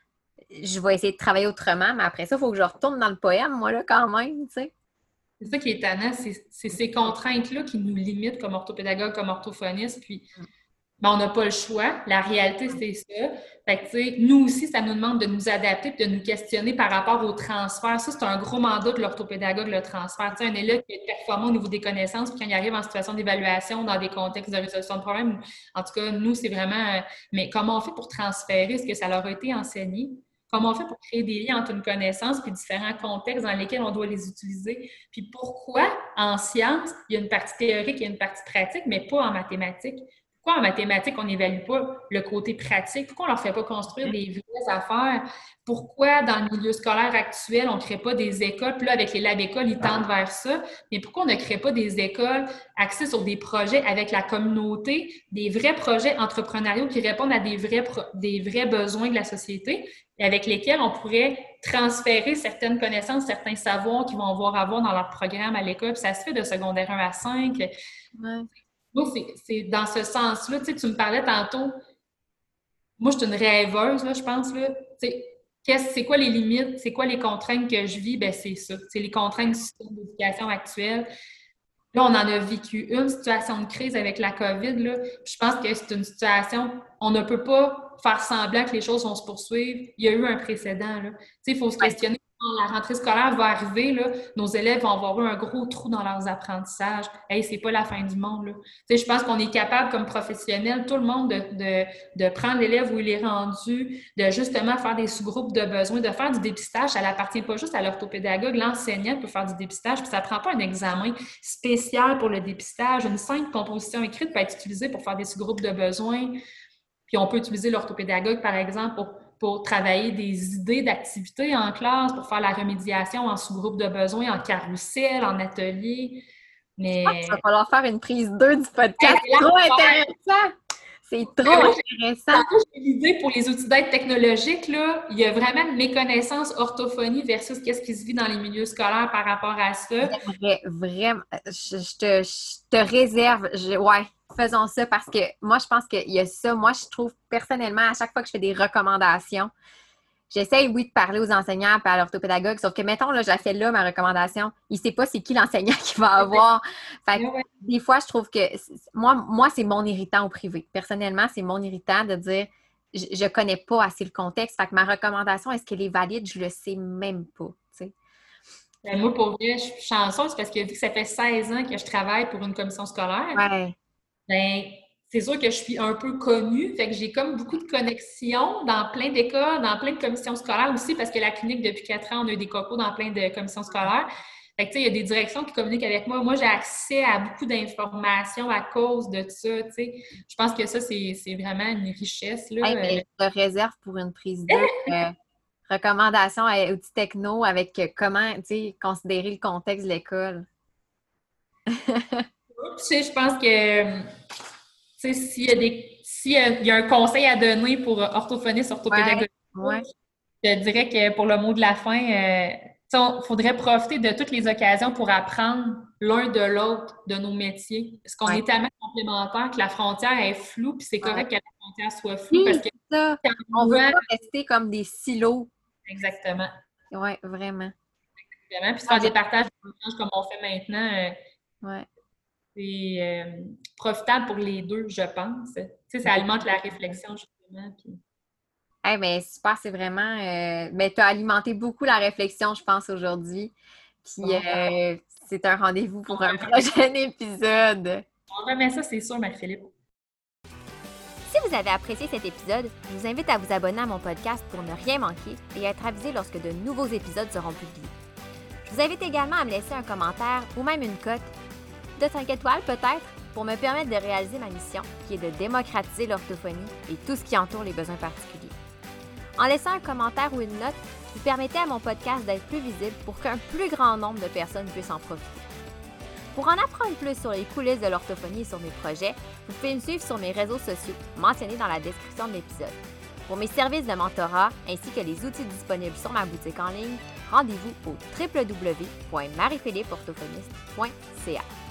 Je vais essayer de travailler autrement, mais après ça, il faut que je retourne dans le poème, moi, là, quand même, tu sais. C'est ça qui est étonnant, c'est, c'est ces contraintes-là qui nous limitent comme orthopédagogue, comme orthophoniste, puis ben, on n'a pas le choix. La réalité, c'est ça. Fait que, tu sais, nous aussi, ça nous demande de nous adapter et de nous questionner par rapport au transfert. Ça, c'est un gros mandat de l'orthopédagogue, le transfert. Tu sais, un élève qui est performant au niveau des connaissances, puis quand il arrive en situation d'évaluation, dans des contextes de résolution de problèmes, en tout cas, nous, c'est vraiment... Mais comment on fait pour transférer ce que ça leur a été enseigné? Comment on fait pour créer des liens entre une connaissance puis différents contextes dans lesquels on doit les utiliser? Puis pourquoi, en sciences, il y a une partie théorique et une partie pratique, mais pas en mathématiques? Pourquoi en mathématiques, on n'évalue pas le côté pratique? Pourquoi on ne leur fait pas construire des vraies affaires? Pourquoi, dans le milieu scolaire actuel, on ne crée pas des écoles? Puis là, avec les lab-écoles, ils tendent vers ça. Mais pourquoi on ne crée pas des écoles axées sur des projets avec la communauté, des vrais projets entrepreneuriaux qui répondent à des vrais, des vrais besoins de la société et avec lesquels on pourrait transférer certaines connaissances, certains savoirs qu'ils vont avoir à voir dans leur programme à l'école? Puis ça se fait de secondaire un à cinq. Ouais. Moi, c'est, c'est dans ce sens-là. Tu sais, tu me parlais tantôt. Moi, je suis une rêveuse, là, je pense. Là. Tu sais, qu'est-ce, c'est quoi les limites? C'est quoi les contraintes que je vis? Ben, c'est ça. C'est les contraintes du système d'éducation actuel. Là, on en a vécu une situation de crise avec la COVID. Là. Je pense que c'est une situation... On ne peut pas faire semblant que les choses vont se poursuivre. Il y a eu un précédent. Là. Tu sais, il faut se questionner. Quand la rentrée scolaire va arriver, là, nos élèves vont avoir eu un gros trou dans leurs apprentissages. Hey, c'est pas la fin du monde. Là. Tu sais, je pense qu'on est capable, comme professionnels, tout le monde, de, de, de prendre l'élève où il est rendu, de justement faire des sous-groupes de besoins, de faire du dépistage. Ça n'appartient pas juste à l'orthopédagogue. L'enseignant peut faire du dépistage, puis ça ne prend pas un examen spécial pour le dépistage. Une simple composition écrite peut être utilisée pour faire des sous-groupes de besoins. Puis on peut utiliser l'orthopédagogue, par exemple, pour pour travailler des idées d'activités en classe, pour faire la remédiation en sous-groupe de besoins, en carrousel, en atelier. Mais... Ah, il va falloir faire une prise deux du podcast. C'est trop intéressant! C'est trop moi, intéressant! J'ai l'idée pour les outils d'aide technologique, là, il y a vraiment une méconnaissance orthophonie versus qu'est-ce qui se vit dans les milieux scolaires par rapport à ça. J'aimerais vraiment... Je, je, te, je te réserve... Je, ouais. Faisons ça parce que moi, je pense qu'il y a ça. Moi, je trouve personnellement, à chaque fois que je fais des recommandations, j'essaye, oui, de parler aux enseignants et à l'orthopédagogue, sauf que, mettons, là, je la fais là, ma recommandation, il ne sait pas c'est qui l'enseignant qui va avoir. Fait que, des fois, je trouve que moi, moi, c'est mon irritant au privé. Personnellement, c'est mon irritant de dire je ne connais pas assez le contexte. Fait que ma recommandation, est-ce qu'elle est valide? Je ne le sais même pas. Tu sais. Ben, moi, pour vrai, je suis chanceuse parce que vu que ça fait seize ans que je travaille pour une commission scolaire, ouais. ben, c'est sûr que je suis un peu connue, fait que j'ai comme beaucoup de connexions dans plein d'écoles, dans plein de commissions scolaires aussi, parce que la clinique, depuis quatre ans, on a eu des cocos dans plein de commissions scolaires. Fait que, tu sais, il y a des directions qui communiquent avec moi. Moi, j'ai accès à beaucoup d'informations à cause de ça, tu sais. Je pense que ça, c'est, c'est vraiment une richesse, là. Hey, mais je te réserve pour une prise de euh, recommandation à outils techno avec euh, comment, tu sais, considérer le contexte de l'école. Tu sais, je pense que, tu sais, s'il y a des, s'il y a, il y a un conseil à donner pour orthophoniste, orthopédagogie, Ouais, ouais. je dirais que pour le mot de la fin, euh, il faudrait profiter de toutes les occasions pour apprendre l'un de l'autre de nos métiers. Parce qu'on Ouais. est tellement complémentaires que la frontière est floue, puis c'est correct Ouais. que la frontière soit floue Oui, parce que c'est ça. On veut pas rester comme des silos. exactement. Oui, vraiment. Exactement. Puis faire des partages d'échanges comme on fait maintenant, euh, ouais. c'est euh, profitable pour les deux, je pense. Tu sais, ça alimente la réflexion, justement. Puis... Hey, ben, super, c'est vraiment. Euh, ben, tu as alimenté beaucoup la réflexion, je pense, aujourd'hui. Puis, euh, c'est un rendez-vous pour un prochain épisode. On remet ça, c'est sûr, Marie-Philippe. Si vous avez apprécié cet épisode, je vous invite à vous abonner à mon podcast pour ne rien manquer et être avisé lorsque de nouveaux épisodes seront publiés. Je vous invite également à me laisser un commentaire ou même une cote de cinq étoiles peut-être pour me permettre de réaliser ma mission qui est de démocratiser l'orthophonie et tout ce qui entoure les besoins particuliers. En laissant un commentaire ou une note, vous permettez à mon podcast d'être plus visible pour qu'un plus grand nombre de personnes puissent en profiter. Pour en apprendre plus sur les coulisses de l'orthophonie et sur mes projets, vous pouvez me suivre sur mes réseaux sociaux mentionnés dans la description de l'épisode. Pour mes services de mentorat ainsi que les outils disponibles sur ma boutique en ligne, rendez-vous au w w w point marie philippe orthophoniste point c a.